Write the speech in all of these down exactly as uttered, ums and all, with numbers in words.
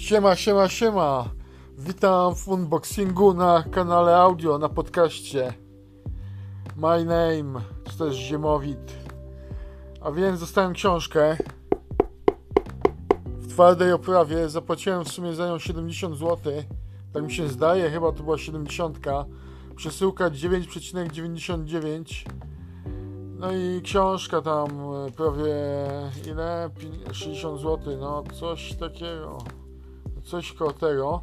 Siema, siema, siema. Witam w unboxingu na kanale audio, na podcaście. My name, czy też Ziemowit. A więc dostałem książkę w twardej oprawie. Zapłaciłem w sumie za nią siedemdziesiąt złotych. Tak mi się zdaje, chyba to była siedemdziesiątka. Przesyłka dziewięć przecinek dziewięćdziesiąt dziewięć. No i książka tam prawie ile? sześćdziesiąt złotych, no coś takiego. Coś koło tego.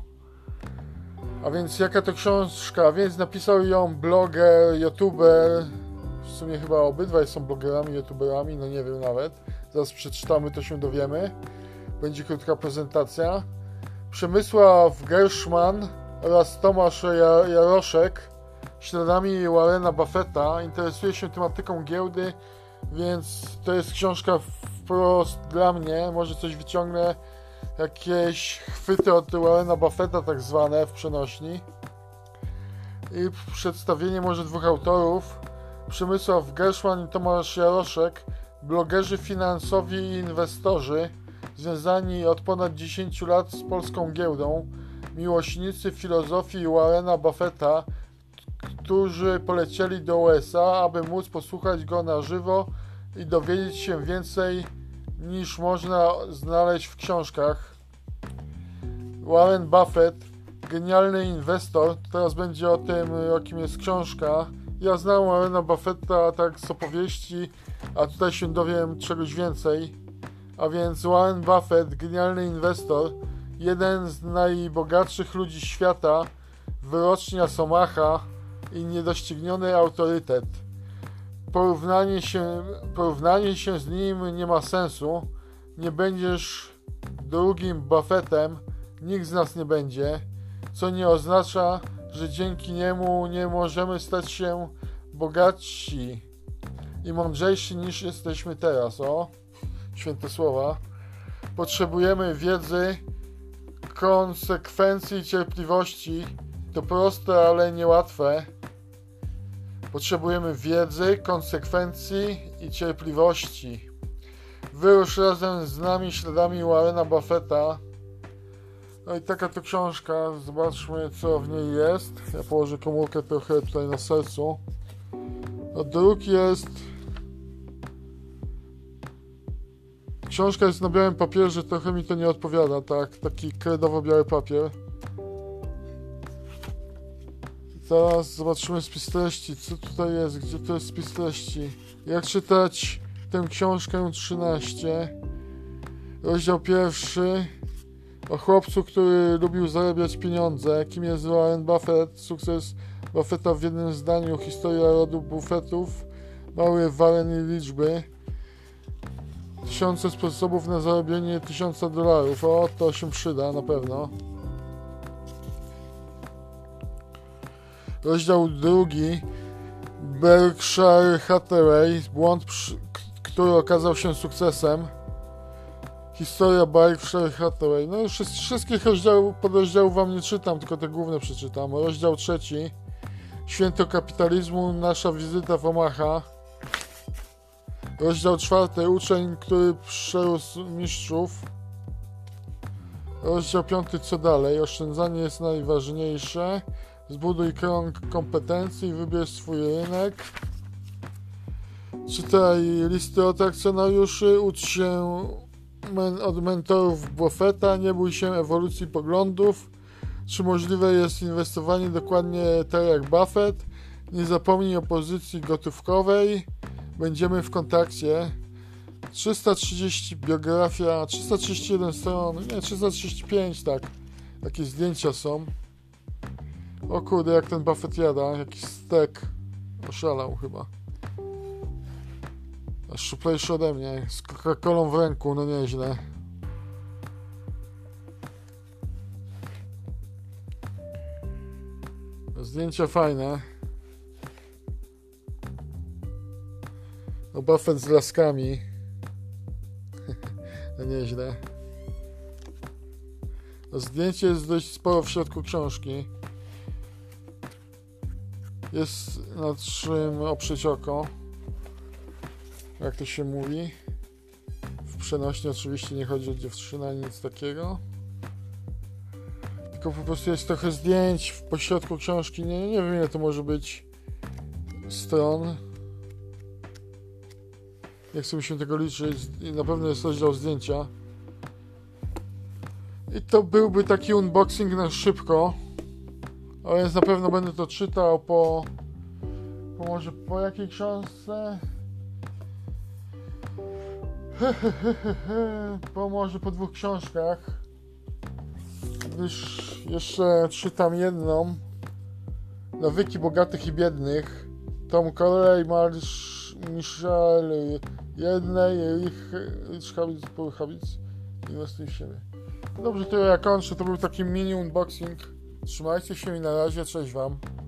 A więc jaka to książka? Więc napisał ją bloger, youtuber. W sumie chyba obydwaj są blogerami, youtuberami, no nie wiem nawet. Zaraz przeczytamy, to się dowiemy. Będzie krótka prezentacja. Przemysław Gerszman oraz Tomasz Jaroszek śladami Warrena Buffetta interesuje się tematyką giełdy, więc to jest książka wprost dla mnie. Może coś wyciągnę, jakieś chwyty od Warrena Buffetta tak zwane w przenośni. I przedstawienie może dwóch autorów: Przemysław Gerszman i Tomasz Jaroszek, blogerzy finansowi i inwestorzy związani od ponad dziesięć lat z polską giełdą, miłośnicy filozofii Warrena Buffetta, którzy polecieli do U S A, aby móc posłuchać go na żywo i dowiedzieć się więcej niż można znaleźć w książkach. Warren Buffett, genialny inwestor. Teraz będzie o tym, o kim jest książka. Ja znam Warrena Buffetta tak z opowieści, a tutaj się dowiem czegoś więcej. A więc Warren Buffett, genialny inwestor, jeden z najbogatszych ludzi świata, wyrocznia Somacha i niedościgniony autorytet. Porównanie się, porównanie się z nim nie ma sensu. Nie będziesz drugim Buffettem, nikt z nas nie będzie, co nie oznacza, że dzięki niemu nie możemy stać się bogatsi i mądrzejsi niż jesteśmy teraz. O, święte słowa. Potrzebujemy wiedzy, konsekwencji i cierpliwości. To proste, ale niełatwe. Potrzebujemy wiedzy, konsekwencji i cierpliwości. Wyrusz razem z nami śladami Warrena Buffetta. No i taka to książka. Zobaczmy, co w niej jest. Ja położę komórkę trochę tutaj na sercu. No, druk jest... Książka jest na białym papierze, trochę mi to nie odpowiada, tak? Taki kredowo-biały papier. Teraz zobaczymy spis treści. Co tutaj jest? Gdzie to jest spis treści? Jak czytać tę książkę trzynaście? Rozdział pierwszy. O chłopcu, który lubił zarabiać pieniądze. Kim jest Warren Buffett? Sukces Buffetta w jednym zdaniu. Historia rodu Buffettów. Mały Warren i liczby. Tysiące sposobów na zarobienie tysiąca dolarów. O, to się przyda na pewno. Rozdział drugi. Berkshire Hathaway. Błąd, który okazał się sukcesem. Historia Berkshire Hathaway. No już wszystkich rozdziałów, podrozdziałów wam nie czytam, tylko te główne przeczytam. Rozdział trzeci. Święto kapitalizmu. Nasza wizyta w Omaha. Rozdział czwarty. Uczeń, który przerósł mistrzów. Rozdział piąty. Co dalej? Oszczędzanie jest najważniejsze. Zbuduj krąg kompetencji, wybierz swój rynek. Czytaj listy od akcjonariuszy, ucz się men- od mentorów Buffetta, nie bój się ewolucji poglądów. Czy możliwe jest inwestowanie dokładnie tak jak Buffett? Nie zapomnij o pozycji gotówkowej. Będziemy w kontakcie. trzysta trzydzieści biografia, trzysta trzydzieści jeden stron, nie, trzysta trzydzieści pięć, tak. Takie zdjęcia są. O kurde, jak ten Buffett jada, jakiś stek. Oszalał chyba. Aż szczuplejszy ode mnie, z Coca-Colą w ręku, no nieźle. Zdjęcia fajne. No Buffett z laskami. No nieźle. No, zdjęcie jest dość sporo w środku książki. Jest na czym oprzeć oko, jak to się mówi. W przenośni oczywiście nie chodzi o dziewczynę, nic takiego. tylko po prostu jest trochę zdjęć w pośrodku książki. Nie, nie wiem, ile to może być stron. Nie chcę mi się tego liczyć. Na pewno jest rozdział zdjęcia. I to byłby taki unboxing na szybko. A więc na pewno będę to czytał po... po może po jakiej książce? Po może po dwóch książkach. Gdyż jeszcze czytam jedną. Nawyki bogatych i biednych. Tom Colley, Marsz, Michel, jednej, Rich Habits, Habits, inwestuj w siebie. Dobrze, to ja kończę. To był taki mini unboxing. Trzymajcie się i na razie. Cześć wam.